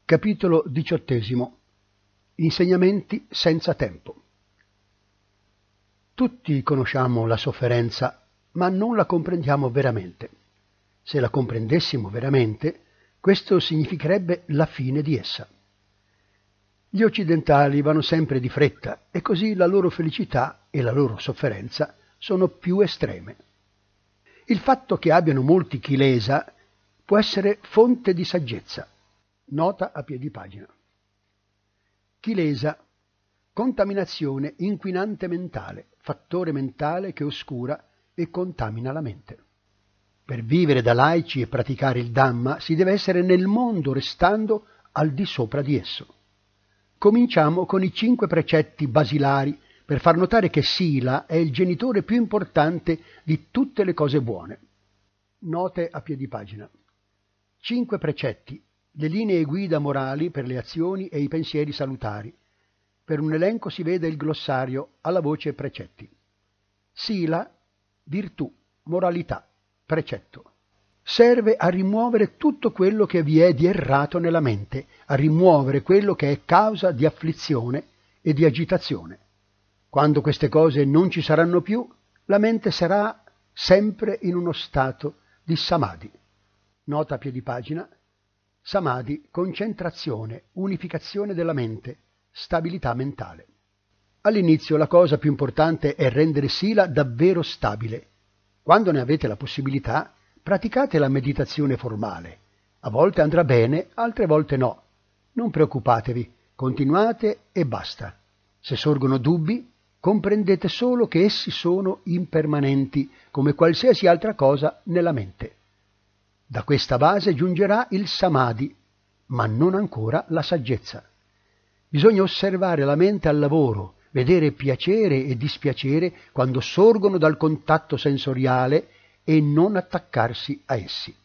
Capitolo 18. Insegnamenti senza tempo. Tutti conosciamo la sofferenza, ma non la comprendiamo veramente. Se la comprendessimo veramente, questo significherebbe la fine di essa. Gli occidentali vanno sempre di fretta e così la loro felicità e la loro sofferenza sono più estreme. Il fatto che abbiano molti kilesa può essere fonte di saggezza. Nota a piedi pagina. Kilesa, contaminazione inquinante mentale, fattore mentale che oscura e contamina la mente. Per vivere da laici e praticare il Dhamma si deve essere nel mondo restando al di sopra di esso. Cominciamo con i 5 precetti basilari per far notare che Sila è il genitore più importante di tutte le cose buone. Note a piedi pagina. 5 precetti, le linee guida morali per le azioni e i pensieri salutari. Per un elenco si vede il glossario alla voce precetti. Sila, virtù, moralità, precetto. Serve a rimuovere tutto quello che vi è di errato nella mente, a rimuovere quello che è causa di afflizione e di agitazione. Quando queste cose non ci saranno più, la mente sarà sempre in uno stato di samadhi. Nota a piedi pagina. Samadhi, concentrazione, unificazione della mente, stabilità mentale. All'inizio la cosa più importante è rendere Sila davvero stabile. Quando ne avete la possibilità, praticate la meditazione formale. A volte andrà bene, altre volte no. Non preoccupatevi, continuate e basta. Se sorgono dubbi, comprendete solo che essi sono impermanenti, come qualsiasi altra cosa nella mente. Da questa base giungerà il samadhi, ma non ancora la saggezza. Bisogna osservare la mente al lavoro, vedere piacere e dispiacere quando sorgono dal contatto sensoriale e non attaccarsi a essi.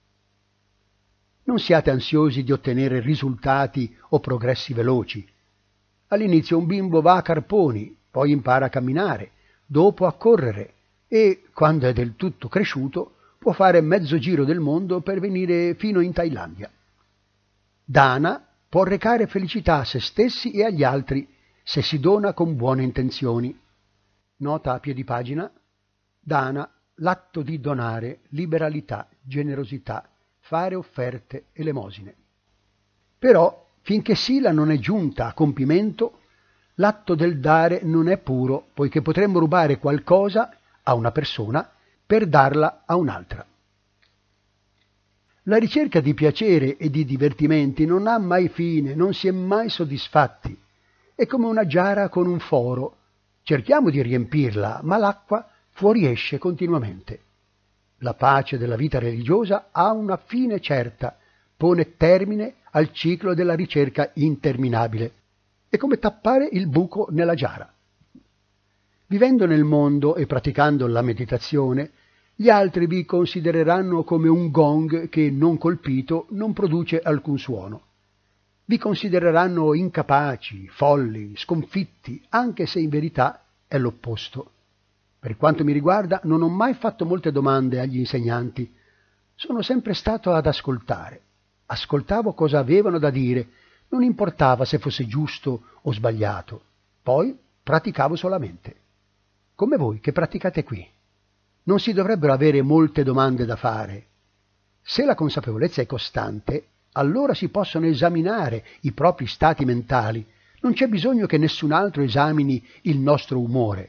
Non siate ansiosi di ottenere risultati o progressi veloci. All'inizio un bimbo va a carponi, poi impara a camminare, dopo a correre e, quando è del tutto cresciuto, può fare mezzo giro del mondo per venire fino in Thailandia. Dana può recare felicità a se stessi e agli altri se si dona con buone intenzioni. Nota a piedi pagina. Dana, l'atto di donare, liberalità, generosità, fare offerte, elemosine. Però, finché Sila non è giunta a compimento, l'atto del dare non è puro, poiché potremmo rubare qualcosa a una persona per darla a un'altra. La ricerca di piacere e di divertimenti non ha mai fine, non si è mai soddisfatti. È come una giara con un foro. Cerchiamo di riempirla, ma l'acqua fuoriesce continuamente. La pace della vita religiosa ha una fine certa, pone termine al ciclo della ricerca interminabile. È come tappare il buco nella giara. Vivendo nel mondo e praticando la meditazione, gli altri vi considereranno come un gong che, non colpito, non produce alcun suono. Vi considereranno incapaci, folli, sconfitti, anche se in verità è l'opposto. Per quanto mi riguarda, non ho mai fatto molte domande agli insegnanti. Sono sempre stato ad ascoltare. Ascoltavo cosa avevano da dire, non importava se fosse giusto o sbagliato. Poi praticavo solamente. Come voi che praticate qui. Non si dovrebbero avere molte domande da fare. Se la consapevolezza è costante, allora si possono esaminare i propri stati mentali. Non c'è bisogno che nessun altro esamini il nostro umore.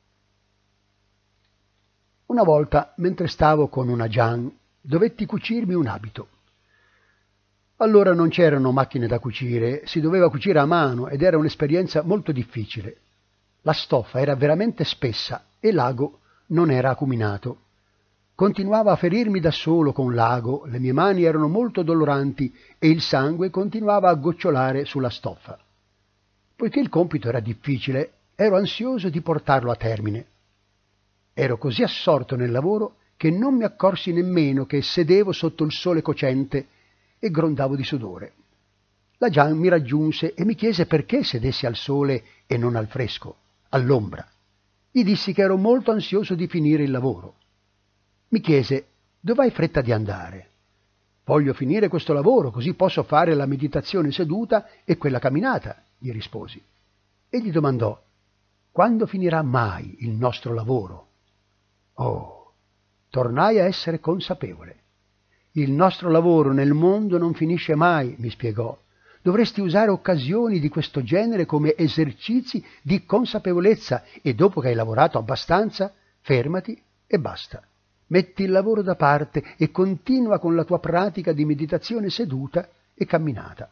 Una volta, mentre stavo con una Ajahn, dovetti cucirmi un abito. Allora non c'erano macchine da cucire, si doveva cucire a mano ed era un'esperienza molto difficile. La stoffa era veramente spessa e l'ago non era acuminato. Continuavo a ferirmi da solo con l'ago, le mie mani erano molto doloranti e il sangue continuava a gocciolare sulla stoffa. Poiché il compito era difficile, ero ansioso di portarlo a termine. Ero così assorto nel lavoro che non mi accorsi nemmeno che sedevo sotto il sole cocente e grondavo di sudore. La Ajahn mi raggiunse e mi chiese perché sedessi al sole e non al fresco, all'ombra. Gli dissi che ero molto ansioso di finire il lavoro. Mi chiese: dove hai fretta di andare? Voglio finire questo lavoro, così posso fare la meditazione seduta e quella camminata, gli risposi. E gli domandò: quando finirà mai il nostro lavoro? Oh, tornai a essere consapevole. Il nostro lavoro nel mondo non finisce mai, mi spiegò. Dovresti usare occasioni di questo genere come esercizi di consapevolezza e dopo che hai lavorato abbastanza, fermati e basta. Metti il lavoro da parte e continua con la tua pratica di meditazione seduta e camminata.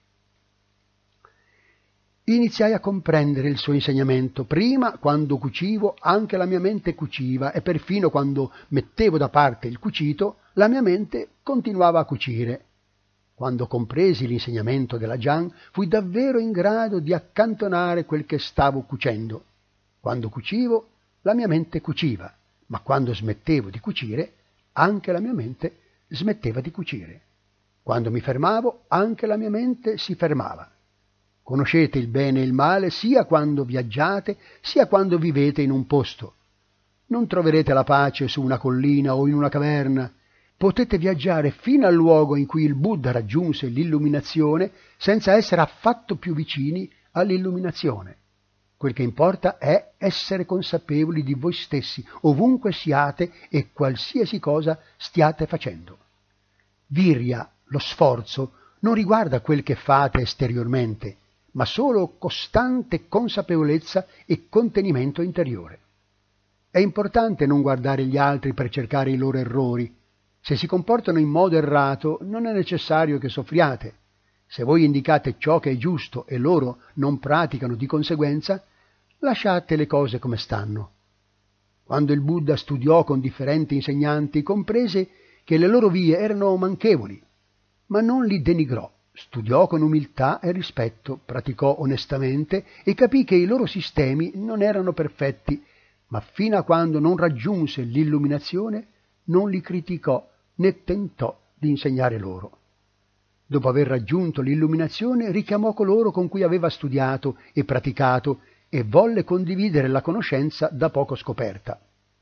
Iniziai a comprendere il suo insegnamento. Prima, quando cucivo, anche la mia mente cuciva e perfino quando mettevo da parte il cucito, la mia mente continuava a cucire. Quando compresi l'insegnamento della Jian, fui davvero in grado di accantonare quel che stavo cucendo. Quando cucivo, la mia mente cuciva, ma quando smettevo di cucire, anche la mia mente smetteva di cucire. Quando mi fermavo, anche la mia mente si fermava. Conoscete il bene e il male sia quando viaggiate, sia quando vivete in un posto. Non troverete la pace su una collina o in una caverna. Potete viaggiare fino al luogo in cui il Buddha raggiunse l'illuminazione senza essere affatto più vicini all'illuminazione. Quel che importa è essere consapevoli di voi stessi, ovunque siate e qualsiasi cosa stiate facendo. Virya, lo sforzo, non riguarda quel che fate esteriormente, ma solo costante consapevolezza e contenimento interiore. È importante non guardare gli altri per cercare i loro errori. Se si comportano in modo errato, non è necessario che soffriate. Se voi indicate ciò che è giusto e loro non praticano di conseguenza, lasciate le cose come stanno. Quando il Buddha studiò con differenti insegnanti, comprese che le loro vie erano manchevoli, ma non li denigrò. Studiò con umiltà e rispetto, praticò onestamente e capì che i loro sistemi non erano perfetti, ma fino a quando non raggiunse l'illuminazione non li criticò né tentò di insegnare loro. Dopo aver raggiunto l'illuminazione, richiamò coloro con cui aveva studiato e praticato e volle condividere la conoscenza da poco scoperta.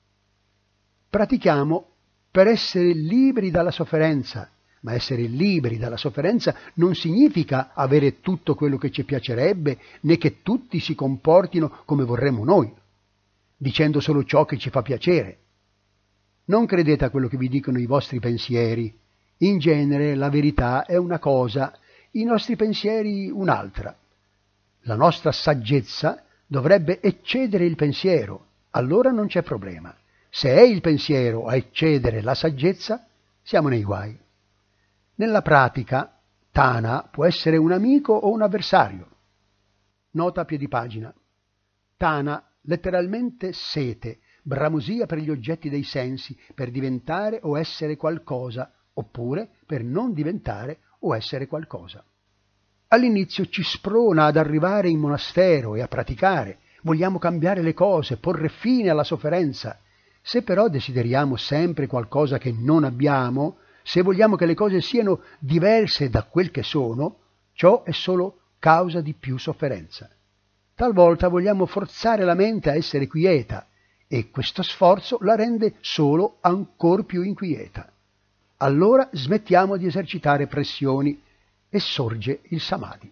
Pratichiamo per essere liberi dalla sofferenza, ma essere liberi dalla sofferenza non significa avere tutto quello che ci piacerebbe, né che tutti si comportino come vorremmo noi, dicendo solo ciò che ci fa piacere. Non credete a quello che vi dicono i vostri pensieri. In genere la verità è una cosa, i nostri pensieri un'altra. La nostra saggezza dovrebbe eccedere il pensiero, allora non c'è problema. Se è il pensiero a eccedere la saggezza, siamo nei guai. Nella pratica, Tana può essere un amico o un avversario. Nota a piedi pagina. Tana, letteralmente sete, bramosia per gli oggetti dei sensi, per diventare o essere qualcosa, oppure per non diventare o essere qualcosa. All'inizio ci sprona ad arrivare in monastero e a praticare. Vogliamo cambiare le cose, porre fine alla sofferenza. Se però desideriamo sempre qualcosa che non abbiamo, se vogliamo che le cose siano diverse da quel che sono, ciò è solo causa di più sofferenza. Talvolta vogliamo forzare la mente a essere quieta e questo sforzo la rende solo ancor più inquieta. Allora smettiamo di esercitare pressioni e sorge il samadhi.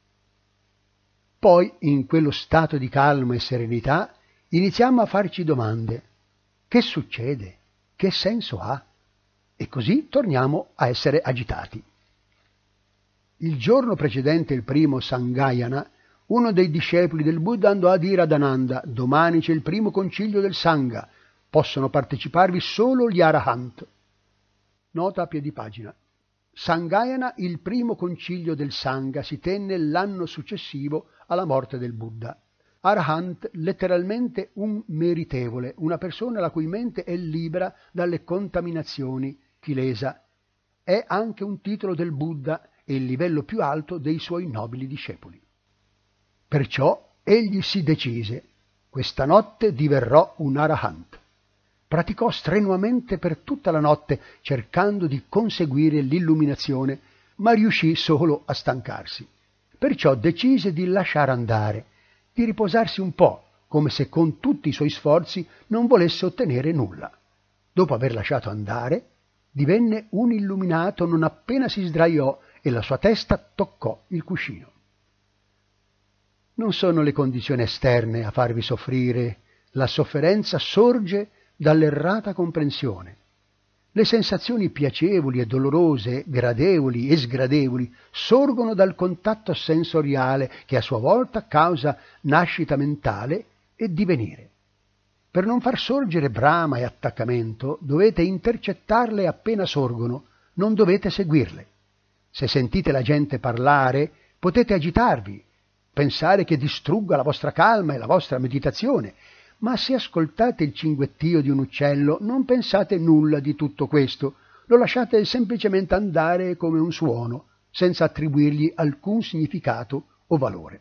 Poi, in quello stato di calma e serenità, iniziamo a farci domande. Che succede? Che senso ha? E così torniamo a essere agitati. Il giorno precedente il primo Sanghayana, uno dei discepoli del Buddha andò a dire ad Ananda: domani c'è il primo concilio del Sangha, possono parteciparvi solo gli Arahant. Nota a piedi pagina. Sanghayana, il primo concilio del Sangha, si tenne l'anno successivo alla morte del Buddha. Arahant, letteralmente un meritevole, una persona la cui mente è libera dalle contaminazioni, kilesa. È anche un titolo del Buddha e il livello più alto dei suoi nobili discepoli. Perciò egli si decise: questa notte diverrò un Arahant. Praticò strenuamente per tutta la notte cercando di conseguire l'illuminazione, ma riuscì solo a stancarsi. Perciò decise di lasciare andare, di riposarsi un po', come se con tutti i suoi sforzi non volesse ottenere nulla. Dopo aver lasciato andare, divenne un illuminato non appena si sdraiò e la sua testa toccò il cuscino. Non sono le condizioni esterne a farvi soffrire, la sofferenza sorge dall'errata comprensione. Le sensazioni piacevoli e dolorose, gradevoli e sgradevoli, sorgono dal contatto sensoriale che a sua volta causa nascita mentale e divenire. Per non far sorgere brama e attaccamento, dovete intercettarle appena sorgono, non dovete seguirle. Se sentite la gente parlare, potete agitarvi, pensare che distrugga la vostra calma e la vostra meditazione, ma se ascoltate il cinguettio di un uccello non pensate nulla di tutto questo, lo lasciate semplicemente andare come un suono, senza attribuirgli alcun significato o valore.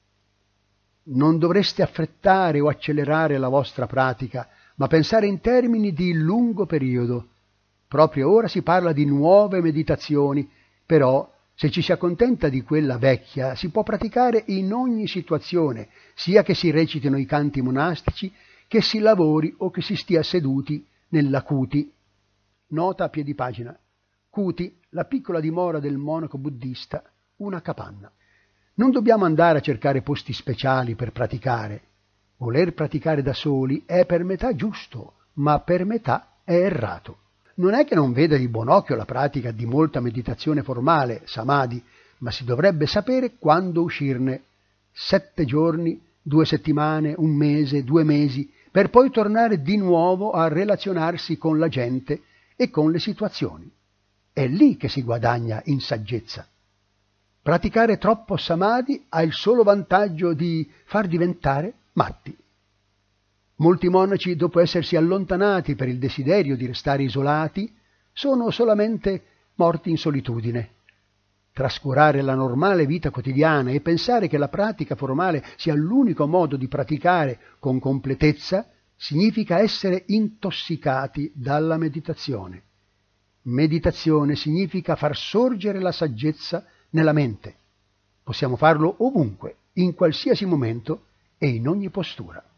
Non dovreste affrettare o accelerare la vostra pratica, ma pensare in termini di lungo periodo. Proprio ora si parla di nuove meditazioni, però se ci si accontenta di quella vecchia, si può praticare in ogni situazione, sia che si recitino i canti monastici, che si lavori o che si stia seduti nella Kuti. Nota a piedi pagina. Kuti, la piccola dimora del monaco buddista, una capanna. Non dobbiamo andare a cercare posti speciali per praticare. Voler praticare da soli è per metà giusto, ma per metà è errato. Non è che non veda di buon occhio la pratica di molta meditazione formale, samadhi, ma si dovrebbe sapere quando uscirne. 7 giorni, 2 settimane, 1 mese, 2 mesi, per poi tornare di nuovo a relazionarsi con la gente e con le situazioni. È lì che si guadagna in saggezza. Praticare troppo samadhi ha il solo vantaggio di far diventare matti. Molti monaci, dopo essersi allontanati per il desiderio di restare isolati, sono solamente morti in solitudine. Trascurare la normale vita quotidiana e pensare che la pratica formale sia l'unico modo di praticare con completezza significa essere intossicati dalla meditazione. Meditazione significa far sorgere la saggezza nella mente. Possiamo farlo ovunque, in qualsiasi momento e in ogni postura.